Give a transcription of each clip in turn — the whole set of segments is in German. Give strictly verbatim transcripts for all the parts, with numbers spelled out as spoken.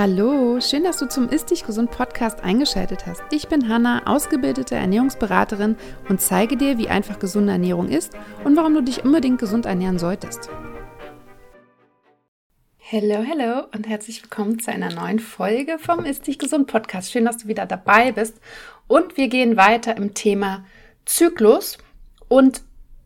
Hallo, schön, dass du zum Ist Dich Gesund Podcast eingeschaltet hast. Ich bin Hanna, ausgebildete Ernährungsberaterin und zeige dir, wie einfach gesunde Ernährung ist und warum du dich unbedingt gesund ernähren solltest. Hallo, hallo und herzlich willkommen zu einer neuen Folge vom Ist Dich Gesund Podcast. Schön, dass du wieder dabei bist und wir gehen weiter im Thema Zyklus und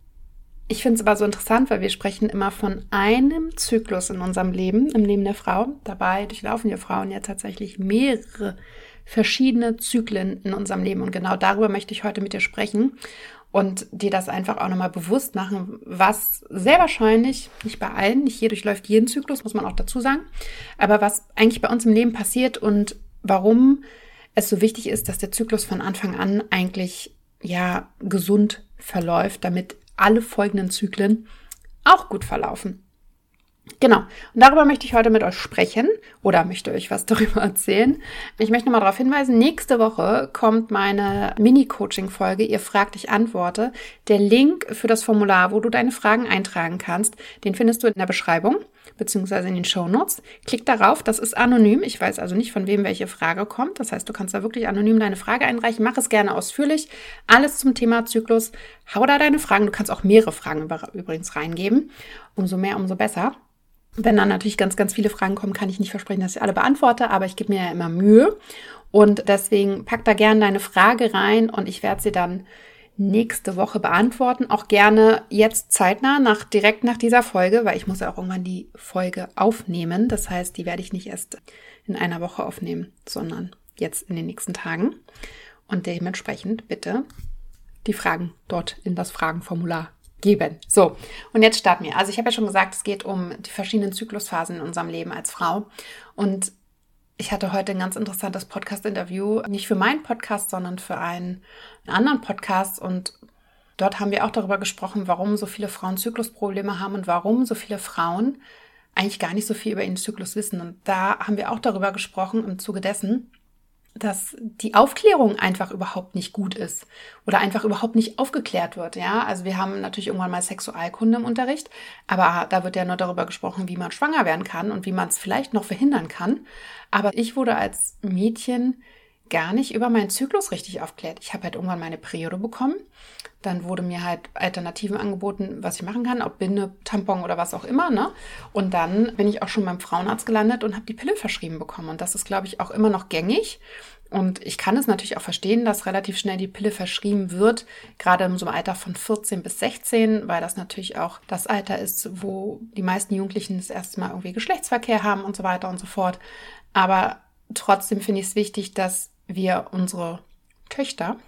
ich finde es aber so interessant, weil wir sprechen immer von einem Zyklus in unserem Leben, im Leben der Frau. Dabei durchlaufen wir Frauen ja tatsächlich mehrere verschiedene Zyklen in unserem Leben. Und genau darüber möchte ich heute mit dir sprechen und dir das einfach auch nochmal bewusst machen, was sehr wahrscheinlich, nicht bei allen, nicht jeder durchläuft jeden Zyklus, muss man auch dazu sagen, aber was eigentlich bei uns im Leben passiert und warum es so wichtig ist, dass der Zyklus von Anfang an eigentlich ja gesund verläuft, damit alle folgenden Zyklen auch gut verlaufen. Genau, und darüber möchte ich heute mit euch sprechen oder möchte euch was darüber erzählen. Ich möchte nochmal darauf hinweisen, nächste Woche kommt meine Mini-Coaching-Folge, ihr fragt, ich antworte. Der Link für das Formular, wo du deine Fragen eintragen kannst, den findest du in der Beschreibung beziehungsweise in den Shownotes. Klick darauf, das ist anonym. Ich weiß also nicht, von wem welche Frage kommt. Das heißt, du kannst da wirklich anonym deine Frage einreichen. Mach es gerne ausführlich. Alles zum Thema Zyklus. Hau da deine Fragen. Du kannst auch mehrere Fragen übrigens reingeben. Umso mehr, umso besser. Wenn dann natürlich ganz, ganz viele Fragen kommen, kann ich nicht versprechen, dass ich alle beantworte, aber ich gebe mir ja immer Mühe. Und deswegen pack da gerne deine Frage rein und ich werde sie dann nächste Woche beantworten. Auch gerne jetzt zeitnah, nach, direkt nach dieser Folge, weil ich muss ja auch irgendwann die Folge aufnehmen. Das heißt, die werde ich nicht erst in einer Woche aufnehmen, sondern jetzt in den nächsten Tagen. Und dementsprechend bitte die Fragen dort in das Fragenformular geben. So, und jetzt starten wir. Also ich habe ja schon gesagt, es geht um die verschiedenen Zyklusphasen in unserem Leben als Frau. Und ich hatte heute ein ganz interessantes Podcast-Interview, nicht für meinen Podcast, sondern für einen, einen anderen Podcast. Und dort haben wir auch darüber gesprochen, warum so viele Frauen Zyklusprobleme haben und warum so viele Frauen eigentlich gar nicht so viel über ihren Zyklus wissen. Und da haben wir auch darüber gesprochen im Zuge dessen, dass die Aufklärung einfach überhaupt nicht gut ist oder einfach überhaupt nicht aufgeklärt wird, ja. Also wir haben natürlich irgendwann mal Sexualkunde im Unterricht, aber da wird ja nur darüber gesprochen, wie man schwanger werden kann und wie man es vielleicht noch verhindern kann. Aber ich wurde als Mädchen gar nicht über meinen Zyklus richtig aufgeklärt. Ich habe halt irgendwann meine Periode bekommen. Dann wurde mir halt Alternativen angeboten, was ich machen kann, ob Binde, Tampon oder was auch immer, ne? Und dann bin ich auch schon beim Frauenarzt gelandet und habe die Pille verschrieben bekommen. Und das ist, glaube ich, auch immer noch gängig. Und ich kann es natürlich auch verstehen, dass relativ schnell die Pille verschrieben wird, gerade in so einem Alter von vierzehn bis sechzehn, weil das natürlich auch das Alter ist, wo die meisten Jugendlichen das erste Mal irgendwie Geschlechtsverkehr haben und so weiter und so fort. Aber trotzdem finde ich es wichtig, dass wir unsere Töchter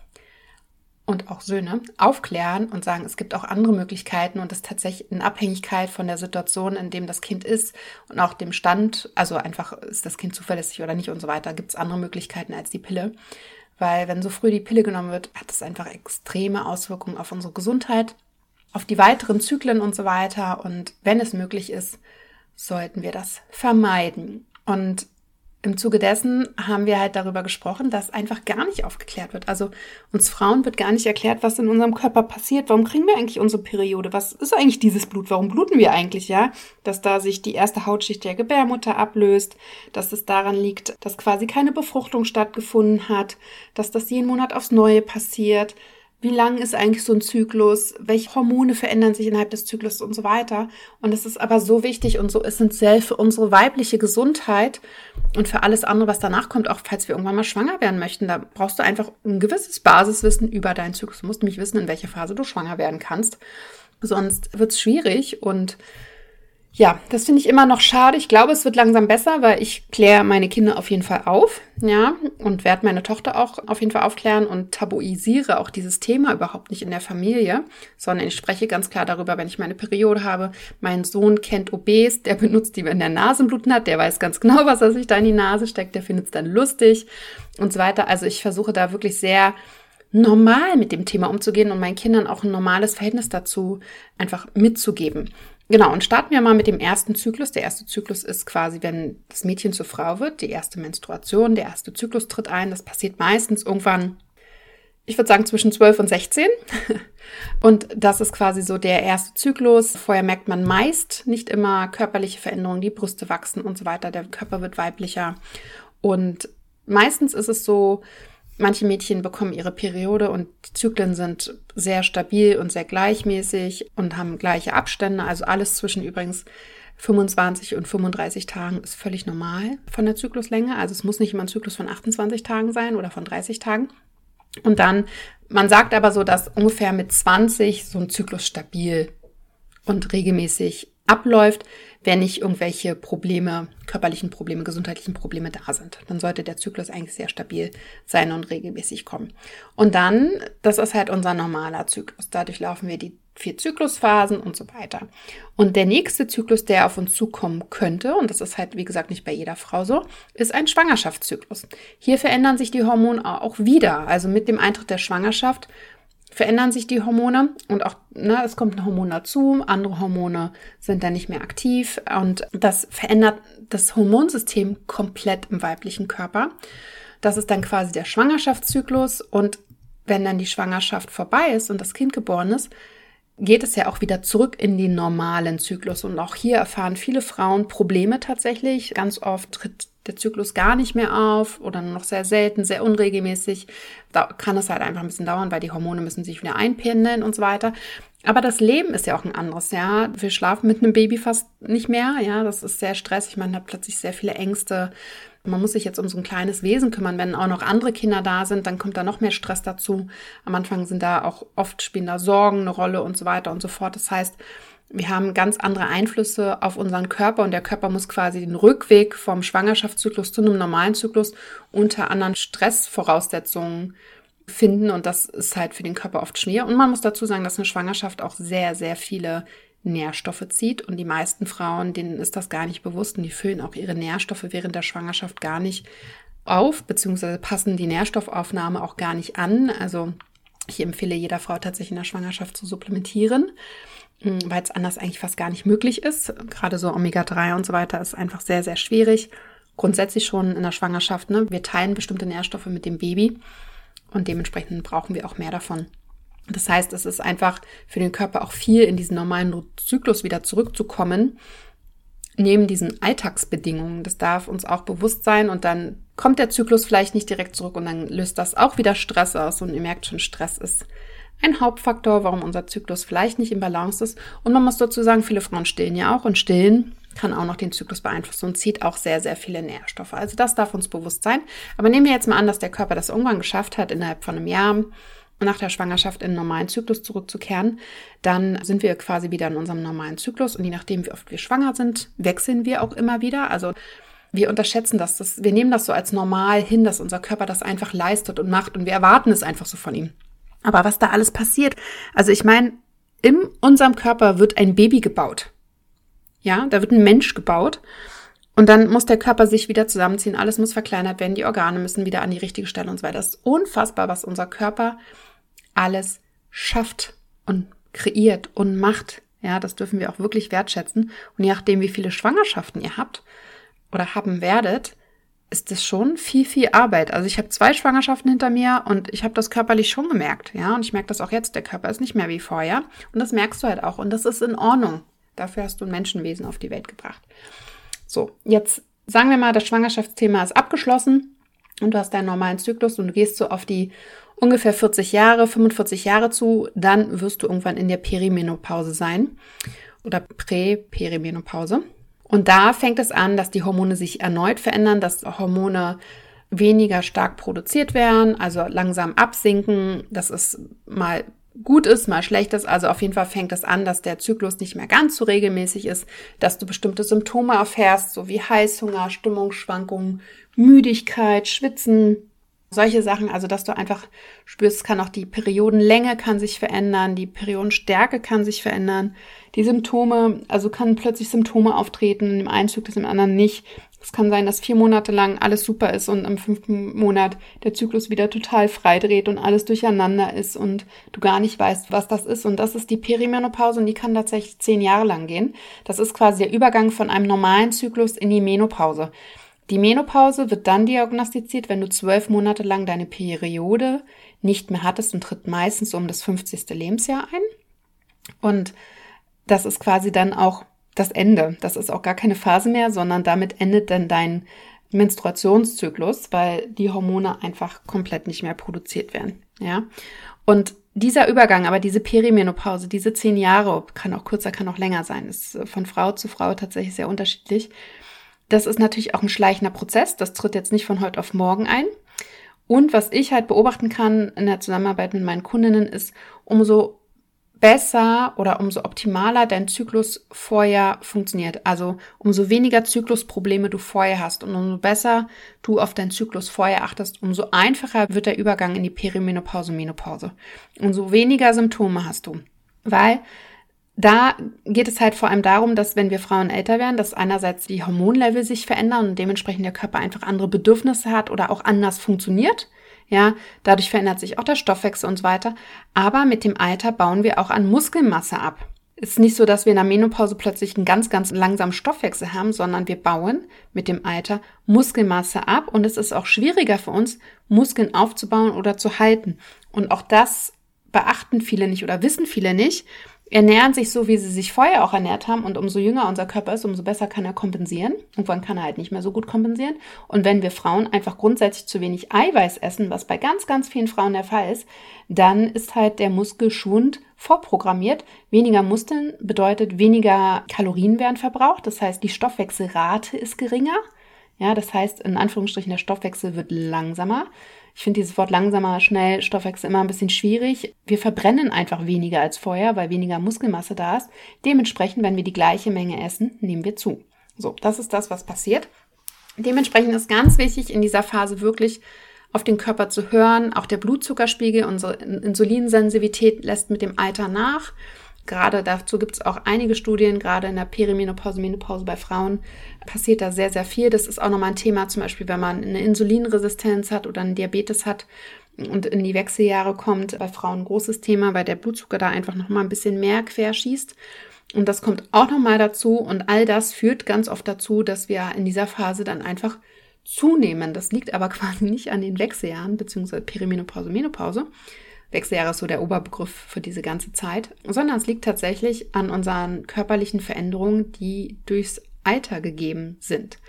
und auch Söhne aufklären und sagen, es gibt auch andere Möglichkeiten und das tatsächlich in Abhängigkeit von der Situation, in dem das Kind ist und auch dem Stand, also einfach ist das Kind zuverlässig oder nicht und so weiter, gibt es andere Möglichkeiten als die Pille. Weil wenn so früh die Pille genommen wird, hat es einfach extreme Auswirkungen auf unsere Gesundheit, auf die weiteren Zyklen und so weiter. Und wenn es möglich ist, sollten wir das vermeiden. Und im Zuge dessen haben wir halt darüber gesprochen, dass einfach gar nicht aufgeklärt wird. Also uns Frauen wird gar nicht erklärt, was in unserem Körper passiert. Warum kriegen wir eigentlich unsere Periode? Was ist eigentlich dieses Blut? Warum bluten wir eigentlich, ja? Dass da sich die erste Hautschicht der Gebärmutter ablöst, dass es daran liegt, dass quasi keine Befruchtung stattgefunden hat, dass das jeden Monat aufs Neue passiert. Wie lang ist eigentlich so ein Zyklus? Welche Hormone verändern sich innerhalb des Zyklus und so weiter? Und es ist aber so wichtig und so essentiell für unsere weibliche Gesundheit und für alles andere, was danach kommt, auch falls wir irgendwann mal schwanger werden möchten. Da brauchst du einfach ein gewisses Basiswissen über deinen Zyklus. Du musst nämlich wissen, in welcher Phase du schwanger werden kannst. Sonst wird es schwierig und ja, das finde ich immer noch schade. Ich glaube, es wird langsam besser, weil ich kläre meine Kinder auf jeden Fall auf, ja, und werde meine Tochter auch auf jeden Fall aufklären und tabuisiere auch dieses Thema überhaupt nicht in der Familie, sondern ich spreche ganz klar darüber, wenn ich meine Periode habe. Mein Sohn kennt O Bs, der benutzt die, wenn der Nasenbluten hat, der weiß ganz genau, was er sich da in die Nase steckt, der findet es dann lustig und so weiter. Also ich versuche da wirklich sehr normal mit dem Thema umzugehen und meinen Kindern auch ein normales Verhältnis dazu einfach mitzugeben. Genau, und starten wir mal mit dem ersten Zyklus. Der erste Zyklus ist quasi, wenn das Mädchen zur Frau wird, die erste Menstruation, der erste Zyklus tritt ein. Das passiert meistens irgendwann, ich würde sagen, zwischen zwölf und sechzehn. Und das ist quasi so der erste Zyklus. Vorher merkt man meist nicht immer körperliche Veränderungen, die Brüste wachsen und so weiter. Der Körper wird weiblicher. Und meistens ist es so, manche Mädchen bekommen ihre Periode und die Zyklen sind sehr stabil und sehr gleichmäßig und haben gleiche Abstände. Also alles zwischen übrigens fünfundzwanzig und fünfunddreißig Tagen ist völlig normal von der Zykluslänge. Also es muss nicht immer ein Zyklus von achtundzwanzig Tagen sein oder von dreißig Tagen. Und dann, man sagt aber so, dass ungefähr mit zwanzig so ein Zyklus stabil und regelmäßig abläuft, wenn nicht irgendwelche Probleme, körperlichen Probleme, gesundheitlichen Probleme da sind. Dann sollte der Zyklus eigentlich sehr stabil sein und regelmäßig kommen. Und dann, das ist halt unser normaler Zyklus. Dadurch laufen wir die vier Zyklusphasen und so weiter. Und der nächste Zyklus, der auf uns zukommen könnte, und das ist halt, wie gesagt, nicht bei jeder Frau so, ist ein Schwangerschaftszyklus. Hier verändern sich die Hormone auch wieder. Also mit dem Eintritt der Schwangerschaft verändern sich die Hormone und auch, ne, es kommt ein Hormon dazu, andere Hormone sind dann nicht mehr aktiv und das verändert das Hormonsystem komplett im weiblichen Körper. Das ist dann quasi der Schwangerschaftszyklus und wenn dann die Schwangerschaft vorbei ist und das Kind geboren ist, geht es ja auch wieder zurück in den normalen Zyklus und auch hier erfahren viele Frauen Probleme tatsächlich. Ganz oft tritt der Zyklus gar nicht mehr auf oder nur noch sehr selten, sehr unregelmäßig. Da kann es halt einfach ein bisschen dauern, weil die Hormone müssen sich wieder einpendeln und so weiter. Aber das Leben ist ja auch ein anderes, ja. Wir schlafen mit einem Baby fast nicht mehr, ja. Das ist sehr stressig, man hat plötzlich sehr viele Ängste. Man muss sich jetzt um so ein kleines Wesen kümmern. Wenn auch noch andere Kinder da sind, dann kommt da noch mehr Stress dazu. Am Anfang sind da auch oft spielen da Sorgen eine Rolle und so weiter und so fort. Das heißt, wir haben ganz andere Einflüsse auf unseren Körper und der Körper muss quasi den Rückweg vom Schwangerschaftszyklus zu einem normalen Zyklus unter anderen Stressvoraussetzungen finden und das ist halt für den Körper oft schwer. Und man muss dazu sagen, dass eine Schwangerschaft auch sehr, sehr viele Nährstoffe zieht und die meisten Frauen, denen ist das gar nicht bewusst und die füllen auch ihre Nährstoffe während der Schwangerschaft gar nicht auf, beziehungsweise passen die Nährstoffaufnahme auch gar nicht an. Also ich empfehle jeder Frau tatsächlich in der Schwangerschaft zu supplementieren, weil es anders eigentlich fast gar nicht möglich ist. Gerade so Omega drei und so weiter ist einfach sehr, sehr schwierig. Grundsätzlich schon in der Schwangerschaft, ne? Wir teilen bestimmte Nährstoffe mit dem Baby und dementsprechend brauchen wir auch mehr davon. Das heißt, es ist einfach für den Körper auch viel, in diesen normalen Zyklus wieder zurückzukommen, neben diesen Alltagsbedingungen. Das darf uns auch bewusst sein und dann kommt der Zyklus vielleicht nicht direkt zurück und dann löst das auch wieder Stress aus und ihr merkt schon, Stress ist ein Hauptfaktor, warum unser Zyklus vielleicht nicht im Balance ist. Und man muss dazu sagen, viele Frauen stillen ja auch und stillen kann auch noch den Zyklus beeinflussen und zieht auch sehr, sehr viele Nährstoffe. Also das darf uns bewusst sein. Aber nehmen wir jetzt mal an, dass der Körper das irgendwann geschafft hat, innerhalb von einem Jahr nach der Schwangerschaft in den normalen Zyklus zurückzukehren, dann sind wir quasi wieder in unserem normalen Zyklus und je nachdem, wie oft wir schwanger sind, wechseln wir auch immer wieder. Also wir unterschätzen das, das, wir nehmen das so als normal hin, dass unser Körper das einfach leistet und macht und wir erwarten es einfach so von ihm. Aber was da alles passiert, also ich meine, in unserem Körper wird ein Baby gebaut. Ja, da wird ein Mensch gebaut und dann muss der Körper sich wieder zusammenziehen, alles muss verkleinert werden, die Organe müssen wieder an die richtige Stelle und so weiter. Das ist unfassbar, was unser Körper alles schafft und kreiert und macht. Ja, das dürfen wir auch wirklich wertschätzen. Und je nachdem, wie viele Schwangerschaften ihr habt oder haben werdet, ist das schon viel, viel Arbeit. Also ich habe zwei Schwangerschaften hinter mir und ich habe das körperlich schon gemerkt. Ja, und ich merke das auch jetzt. Der Körper ist nicht mehr wie vorher. Und das merkst du halt auch. Und das ist in Ordnung. Dafür hast du ein Menschenwesen auf die Welt gebracht. So, jetzt sagen wir mal, das Schwangerschaftsthema ist abgeschlossen und du hast deinen normalen Zyklus und du gehst so auf die ungefähr vierzig Jahre, fünfundvierzig Jahre zu, dann wirst du irgendwann in der Perimenopause sein oder Prä-Perimenopause. Und da fängt es an, dass die Hormone sich erneut verändern, dass Hormone weniger stark produziert werden, also langsam absinken. Das ist mal gut ist, mal schlecht ist. Also auf jeden Fall fängt es an, dass der Zyklus nicht mehr ganz so regelmäßig ist, dass du bestimmte Symptome erfährst, so wie Heißhunger, Stimmungsschwankungen, Müdigkeit, Schwitzen, solche Sachen, also dass du einfach spürst, kann auch die Periodenlänge kann sich verändern, die Periodenstärke kann sich verändern, die Symptome, also kann plötzlich Symptome auftreten, im einen Zyklus, im anderen nicht. Es kann sein, dass vier Monate lang alles super ist und im fünften Monat der Zyklus wieder total frei dreht und alles durcheinander ist und du gar nicht weißt, was das ist. Und das ist die Perimenopause und die kann tatsächlich zehn Jahre lang gehen. Das ist quasi der Übergang von einem normalen Zyklus in die Menopause. Die Menopause wird dann diagnostiziert, wenn du zwölf Monate lang deine Periode nicht mehr hattest und tritt meistens um das fünfzigste Lebensjahr ein. Und das ist quasi dann auch das Ende. Das ist auch gar keine Phase mehr, sondern damit endet dann dein Menstruationszyklus, weil die Hormone einfach komplett nicht mehr produziert werden. Ja. Und dieser Übergang, aber diese Perimenopause, diese zehn Jahre, kann auch kürzer, kann auch länger sein, ist von Frau zu Frau tatsächlich sehr unterschiedlich. Das ist natürlich auch ein schleichender Prozess. Das tritt jetzt nicht von heute auf morgen ein. Und was ich halt beobachten kann in der Zusammenarbeit mit meinen Kundinnen ist, umso besser oder umso optimaler dein Zyklus vorher funktioniert. Also umso weniger Zyklusprobleme du vorher hast und umso besser du auf deinen Zyklus vorher achtest, umso einfacher wird der Übergang in die Perimenopause, Menopause. Umso weniger Symptome hast du. Weil da geht es halt vor allem darum, dass wenn wir Frauen älter werden, dass einerseits die Hormonlevel sich verändern und dementsprechend der Körper einfach andere Bedürfnisse hat oder auch anders funktioniert. Ja, dadurch verändert sich auch der Stoffwechsel und so weiter. Aber mit dem Alter bauen wir auch an Muskelmasse ab. Es ist nicht so, dass wir in der Menopause plötzlich einen ganz, ganz langsamen Stoffwechsel haben, sondern wir bauen mit dem Alter Muskelmasse ab. Und es ist auch schwieriger für uns, Muskeln aufzubauen oder zu halten. Und auch das beachten viele nicht oder wissen viele nicht. Ernähren sich so, wie sie sich vorher auch ernährt haben, und umso jünger unser Körper ist, umso besser kann er kompensieren. Irgendwann kann er halt nicht mehr so gut kompensieren. Und wenn wir Frauen einfach grundsätzlich zu wenig Eiweiß essen, was bei ganz, ganz vielen Frauen der Fall ist, dann ist halt der Muskelschwund vorprogrammiert. Weniger Muskeln bedeutet, weniger Kalorien werden verbraucht. Das heißt, die Stoffwechselrate ist geringer. Ja, das heißt, in Anführungsstrichen, der Stoffwechsel wird langsamer. Ich finde dieses Wort langsamer, schnell, Stoffwechsel immer ein bisschen schwierig. Wir verbrennen einfach weniger als vorher, weil weniger Muskelmasse da ist. Dementsprechend, wenn wir die gleiche Menge essen, nehmen wir zu. So, das ist das, was passiert. Dementsprechend ist ganz wichtig, in dieser Phase wirklich auf den Körper zu hören. Auch der Blutzuckerspiegel, unsere Insulinsensitivität lässt mit dem Alter nach. Gerade dazu gibt es auch einige Studien, gerade in der Perimenopause, Menopause bei Frauen passiert da sehr, sehr viel. Das ist auch nochmal ein Thema, zum Beispiel, wenn man eine Insulinresistenz hat oder einen Diabetes hat und in die Wechseljahre kommt. Bei Frauen ein großes Thema, weil der Blutzucker da einfach nochmal ein bisschen mehr querschießt. Und das kommt auch nochmal dazu. Und all das führt ganz oft dazu, dass wir in dieser Phase dann einfach zunehmen. Das liegt aber quasi nicht an den Wechseljahren, beziehungsweise Perimenopause, Menopause. Wechseljahre ist so der Oberbegriff für diese ganze Zeit, sondern es liegt tatsächlich an unseren körperlichen Veränderungen, die durchs Alter gegeben sind.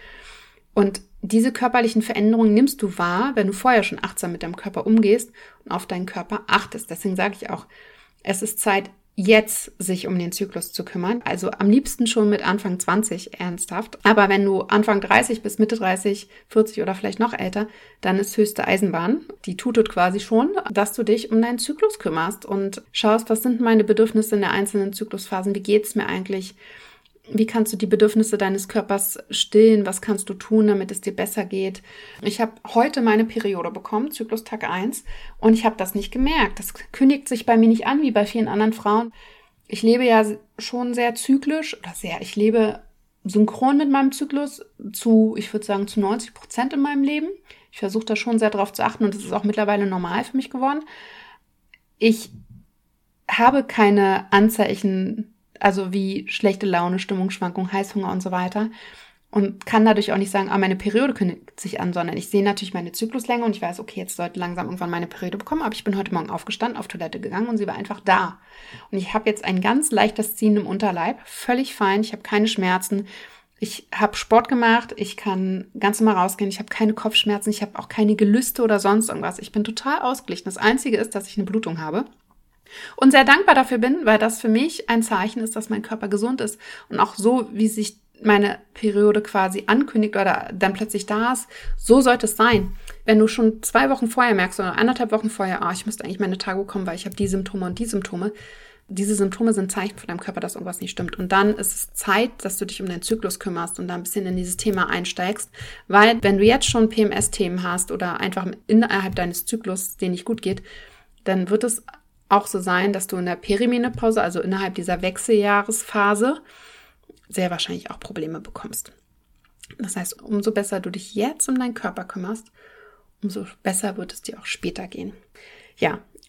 Und diese körperlichen Veränderungen nimmst du wahr, wenn du vorher schon achtsam mit deinem Körper umgehst und auf deinen Körper achtest. Deswegen sage ich auch, es ist Zeit, jetzt sich um den Zyklus zu kümmern. Also am liebsten schon mit Anfang zwanzig ernsthaft. Aber wenn du Anfang dreißig bis Mitte dreißig, vierzig oder vielleicht noch älter, dann ist höchste Eisenbahn. Die tutet quasi schon, dass du dich um deinen Zyklus kümmerst und schaust, was sind meine Bedürfnisse in der einzelnen Zyklusphasen, wie geht's mir eigentlich? Wie kannst du die Bedürfnisse deines Körpers stillen? Was kannst du tun, damit es dir besser geht? Ich habe heute meine Periode bekommen, Zyklustag eins, und ich habe das nicht gemerkt. Das kündigt sich bei mir nicht an, wie bei vielen anderen Frauen. Ich lebe ja schon sehr zyklisch, oder sehr, ich lebe synchron mit meinem Zyklus zu, ich würde sagen, zu neunzig Prozent in meinem Leben. Ich versuche da schon sehr drauf zu achten und das ist auch mittlerweile normal für mich geworden. Ich habe keine Anzeichen, also wie schlechte Laune, Stimmungsschwankungen, Heißhunger und so weiter. Und kann dadurch auch nicht sagen, ah, meine Periode kündigt sich an, sondern ich sehe natürlich meine Zykluslänge und ich weiß, okay, jetzt sollte langsam irgendwann meine Periode bekommen. Aber ich bin heute Morgen aufgestanden, auf Toilette gegangen und sie war einfach da. Und ich habe jetzt ein ganz leichtes Ziehen im Unterleib, völlig fein, ich habe keine Schmerzen. Ich habe Sport gemacht, ich kann ganz normal rausgehen, ich habe keine Kopfschmerzen, ich habe auch keine Gelüste oder sonst irgendwas. Ich bin total ausgeglichen. Das Einzige ist, dass ich eine Blutung habe. Und sehr dankbar dafür bin, weil das für mich ein Zeichen ist, dass mein Körper gesund ist. Und auch so, wie sich meine Periode quasi ankündigt oder dann plötzlich da ist, so sollte es sein. Wenn du schon zwei Wochen vorher merkst oder anderthalb Wochen vorher, ah, ich müsste eigentlich meine Tage bekommen, weil ich habe die Symptome und die Symptome. Diese Symptome sind Zeichen von deinem Körper, dass irgendwas nicht stimmt. Und dann ist es Zeit, dass du dich um deinen Zyklus kümmerst und da ein bisschen in dieses Thema einsteigst. Weil wenn du jetzt schon P M S-Themen hast oder einfach innerhalb deines Zyklus, den nicht gut geht, dann wird es auch so sein, dass du in der Perimenopause, also innerhalb dieser Wechseljahresphase, sehr wahrscheinlich auch Probleme bekommst. Das heißt, umso besser du dich jetzt um deinen Körper kümmerst, umso besser wird es dir auch später gehen. Ja,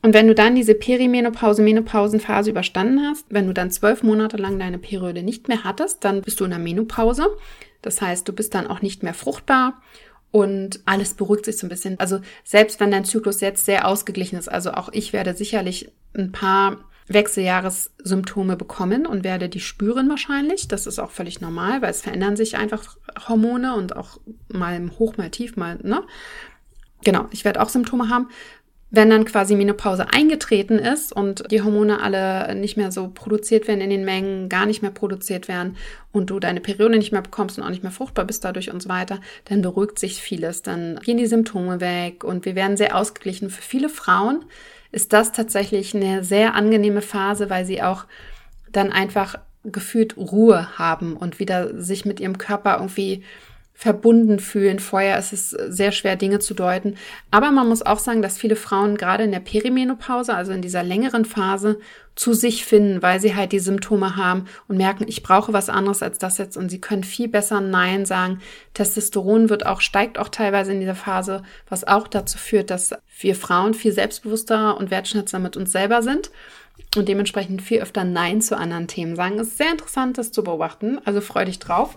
Und wenn du dann diese Perimenopause, Menopausenphase überstanden hast, wenn du dann zwölf Monate lang deine Periode nicht mehr hattest, dann bist du in der Menopause. Das heißt, du bist dann auch nicht mehr fruchtbar und alles beruhigt sich so ein bisschen. Also selbst wenn dein Zyklus jetzt sehr ausgeglichen ist, also auch ich werde sicherlich ein paar Wechseljahressymptome bekommen und werde die spüren wahrscheinlich. Das ist auch völlig normal, weil es verändern sich einfach Hormone und auch mal hoch, mal tief, mal, ne? Genau, ich werde auch Symptome haben. Wenn dann quasi Menopause eingetreten ist und die Hormone alle nicht mehr so produziert werden in den Mengen, gar nicht mehr produziert werden und du deine Periode nicht mehr bekommst und auch nicht mehr fruchtbar bist dadurch und so weiter, dann beruhigt sich vieles. Dann gehen die Symptome weg und wir werden sehr ausgeglichen. Für viele Frauen ist das tatsächlich eine sehr angenehme Phase, weil sie auch dann einfach gefühlt Ruhe haben und wieder sich mit ihrem Körper irgendwie verbunden fühlen. Vorher ist es sehr schwer, Dinge zu deuten. Aber man muss auch sagen, dass viele Frauen gerade in der Perimenopause, also in dieser längeren Phase, zu sich finden, weil sie halt die Symptome haben und merken, ich brauche was anderes als das jetzt. Und sie können viel besser Nein sagen. Testosteron wird auch, steigt auch teilweise in dieser Phase, was auch dazu führt, dass wir Frauen viel selbstbewusster und wertschätzender mit uns selber sind und dementsprechend viel öfter Nein zu anderen Themen sagen. Es ist sehr interessant, das zu beobachten. Also freu dich drauf.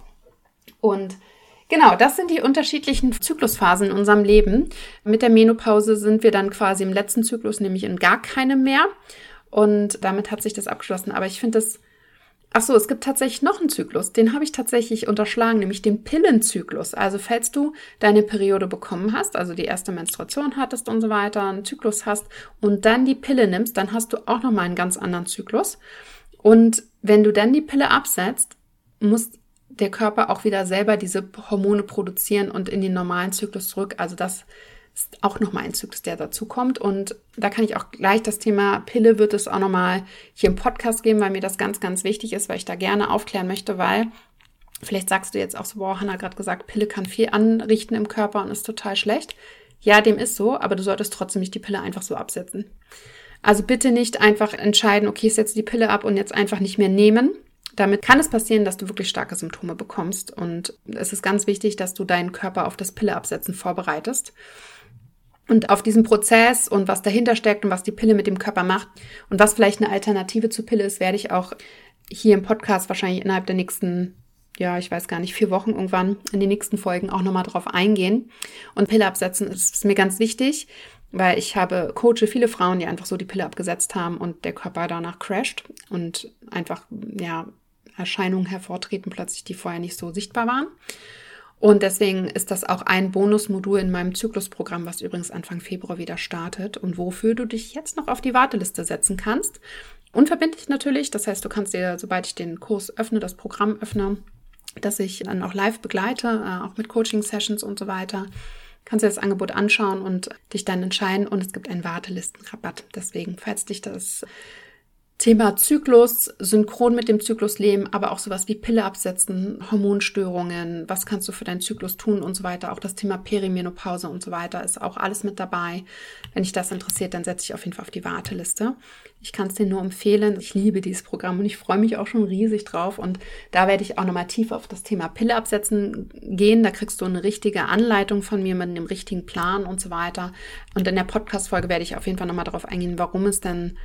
Und genau, das sind die unterschiedlichen Zyklusphasen in unserem Leben. Mit der Menopause sind wir dann quasi im letzten Zyklus, nämlich in gar keinem mehr. Und damit hat sich das abgeschlossen. Aber ich finde das, ach so, es gibt tatsächlich noch einen Zyklus. Den habe ich tatsächlich unterschlagen, nämlich den Pillenzyklus. Also falls du deine Periode bekommen hast, also die erste Menstruation hattest und so weiter, einen Zyklus hast und dann die Pille nimmst, dann hast du auch nochmal einen ganz anderen Zyklus. Und wenn du dann die Pille absetzt, musst der Körper auch wieder selber diese Hormone produzieren und in den normalen Zyklus zurück. Also das ist auch nochmal ein Zyklus, der dazu kommt. Und da kann ich auch gleich das Thema Pille wird es auch nochmal hier im Podcast geben, weil mir das ganz, ganz wichtig ist, weil ich da gerne aufklären möchte, weil vielleicht sagst du jetzt auch so, boah, Hannah hat gerade gesagt, Pille kann viel anrichten im Körper und ist total schlecht. Ja, dem ist so, aber du solltest trotzdem nicht die Pille einfach so absetzen. Also bitte nicht einfach entscheiden, okay, ich setze die Pille ab und jetzt einfach nicht mehr nehmen. Damit kann es passieren, dass du wirklich starke Symptome bekommst. Und es ist ganz wichtig, dass du deinen Körper auf das Pilleabsetzen vorbereitest. Und auf diesen Prozess und was dahinter steckt und was die Pille mit dem Körper macht und was vielleicht eine Alternative zur Pille ist, werde ich auch hier im Podcast wahrscheinlich innerhalb der nächsten, ja, ich weiß gar nicht, vier Wochen irgendwann in den nächsten Folgen auch nochmal drauf eingehen. Und Pille absetzen ist, ist mir ganz wichtig, weil ich habe, coache viele Frauen, die einfach so die Pille abgesetzt haben und der Körper danach crasht und einfach, ja, Erscheinungen hervortreten plötzlich, die vorher nicht so sichtbar waren. Und deswegen ist das auch ein Bonusmodul in meinem Zyklusprogramm, was übrigens Anfang Februar wieder startet und wofür du dich jetzt noch auf die Warteliste setzen kannst. Unverbindlich natürlich, das heißt, du kannst dir, sobald ich den Kurs öffne, das Programm öffne, dass ich dann auch live begleite, auch mit Coaching-Sessions und so weiter, kannst du das Angebot anschauen und dich dann entscheiden. Und es gibt einen Wartelistenrabatt. Deswegen, falls dich das Thema Zyklus, synchron mit dem Zyklus leben, aber auch sowas wie Pille absetzen, Hormonstörungen, was kannst du für deinen Zyklus tun und so weiter. Auch das Thema Perimenopause und so weiter ist auch alles mit dabei. Wenn dich das interessiert, dann setze ich auf jeden Fall auf die Warteliste. Ich kann es dir nur empfehlen. Ich liebe dieses Programm und ich freue mich auch schon riesig drauf. Und da werde ich auch nochmal tiefer auf das Thema Pille absetzen gehen. Da kriegst du eine richtige Anleitung von mir mit einem richtigen Plan und so weiter. Und in der Podcast-Folge werde ich auf jeden Fall nochmal darauf eingehen, warum es denn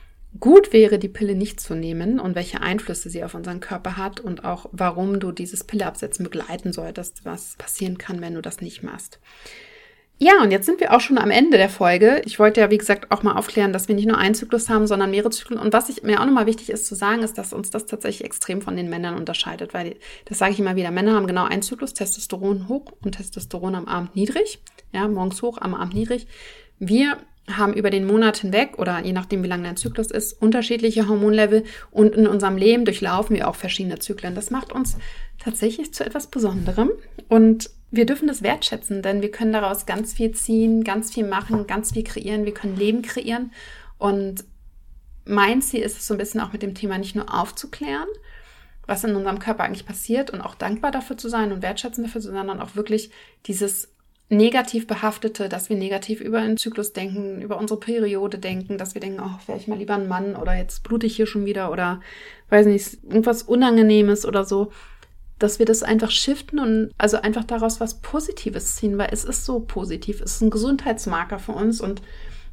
gut wäre, die Pille nicht zu nehmen und welche Einflüsse sie auf unseren Körper hat und auch, warum du dieses Pilleabsetzen begleiten solltest, was passieren kann, wenn du das nicht machst. Ja, und jetzt sind wir auch schon am Ende der Folge. Ich wollte ja, wie gesagt, auch mal aufklären, dass wir nicht nur einen Zyklus haben, sondern mehrere Zyklen. Und was ich, mir auch nochmal wichtig ist zu sagen, ist, dass uns das tatsächlich extrem von den Männern unterscheidet, weil, das sage ich immer wieder, Männer haben genau einen Zyklus, Testosteron hoch und Testosteron am Abend niedrig. Ja, morgens hoch, am Abend niedrig. Wir haben über den Monat hinweg oder je nachdem, wie lang dein Zyklus ist, unterschiedliche Hormonlevel und in unserem Leben durchlaufen wir auch verschiedene Zyklen. Das macht uns tatsächlich zu etwas Besonderem und wir dürfen das wertschätzen, denn wir können daraus ganz viel ziehen, ganz viel machen, ganz viel kreieren. Wir können Leben kreieren und mein Ziel ist es so ein bisschen auch mit dem Thema nicht nur aufzuklären, was in unserem Körper eigentlich passiert und auch dankbar dafür zu sein und wertschätzend dafür zu sein, sondern auch wirklich dieses negativ behaftete, dass wir negativ über den Zyklus denken, über unsere Periode denken, dass wir denken, oh, wäre ich mal lieber ein Mann oder jetzt blute ich hier schon wieder oder weiß nicht, irgendwas Unangenehmes oder so, dass wir das einfach shiften und also einfach daraus was Positives ziehen, weil es ist so positiv, es ist ein Gesundheitsmarker für uns und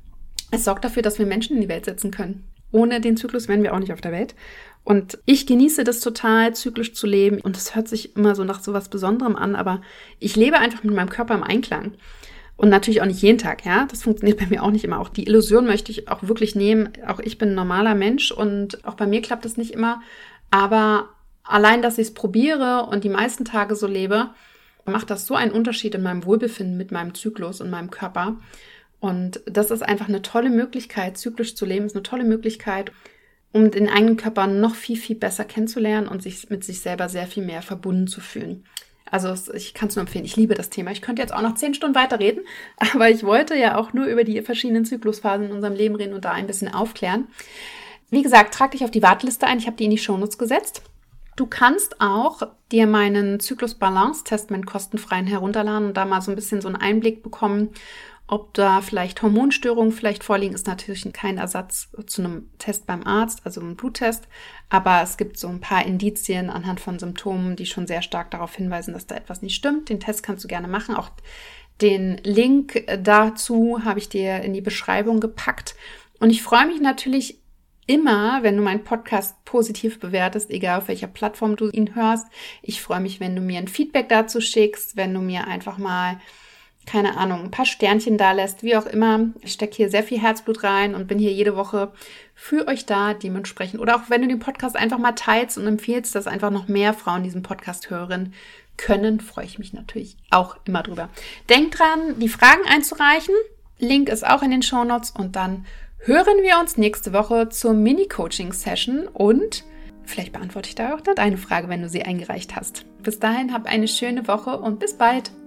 es sorgt dafür, dass wir Menschen in die Welt setzen können. Ohne den Zyklus wären wir auch nicht auf der Welt. Und ich genieße das total, zyklisch zu leben. Und das hört sich immer so nach so was Besonderem an, aber ich lebe einfach mit meinem Körper im Einklang. Und natürlich auch nicht jeden Tag, ja. Das funktioniert bei mir auch nicht immer. Auch die Illusion möchte ich auch wirklich nehmen. Auch ich bin ein normaler Mensch und auch bei mir klappt das nicht immer. Aber allein, dass ich es probiere und die meisten Tage so lebe, macht das so einen Unterschied in meinem Wohlbefinden mit meinem Zyklus und meinem Körper. Und das ist einfach eine tolle Möglichkeit, zyklisch zu leben, ist eine tolle Möglichkeit, um den eigenen Körper noch viel, viel besser kennenzulernen und sich mit sich selber sehr viel mehr verbunden zu fühlen. Also ich kann es nur empfehlen, ich liebe das Thema. Ich könnte jetzt auch noch zehn Stunden weiterreden, aber ich wollte ja auch nur über die verschiedenen Zyklusphasen in unserem Leben reden und da ein bisschen aufklären. Wie gesagt, trag dich auf die Warteliste ein, ich habe die in die Shownotes gesetzt. Du kannst auch dir meinen Zyklus-Balance-Test, meinen kostenfreien, herunterladen und da mal so ein bisschen so einen Einblick bekommen, ob da vielleicht Hormonstörungen vielleicht vorliegen. Ist natürlich kein Ersatz zu einem Test beim Arzt, also einem Bluttest. Aber es gibt so ein paar Indizien anhand von Symptomen, die schon sehr stark darauf hinweisen, dass da etwas nicht stimmt. Den Test kannst du gerne machen. Auch den Link dazu habe ich dir in die Beschreibung gepackt. Und ich freue mich natürlich immer, wenn du meinen Podcast positiv bewertest, egal auf welcher Plattform du ihn hörst. Ich freue mich, wenn du mir ein Feedback dazu schickst, wenn du mir einfach mal keine Ahnung, ein paar Sternchen da lässt, wie auch immer. Ich stecke hier sehr viel Herzblut rein und bin hier jede Woche für euch da, dementsprechend. Oder auch wenn du den Podcast einfach mal teilst und empfiehlst, dass einfach noch mehr Frauen diesen Podcast hören können, freue ich mich natürlich auch immer drüber. Denk dran, die Fragen einzureichen. Link ist auch in den Shownotes und dann hören wir uns nächste Woche zur Mini-Coaching-Session und vielleicht beantworte ich da auch noch deine Frage, wenn du sie eingereicht hast. Bis dahin, hab eine schöne Woche und bis bald.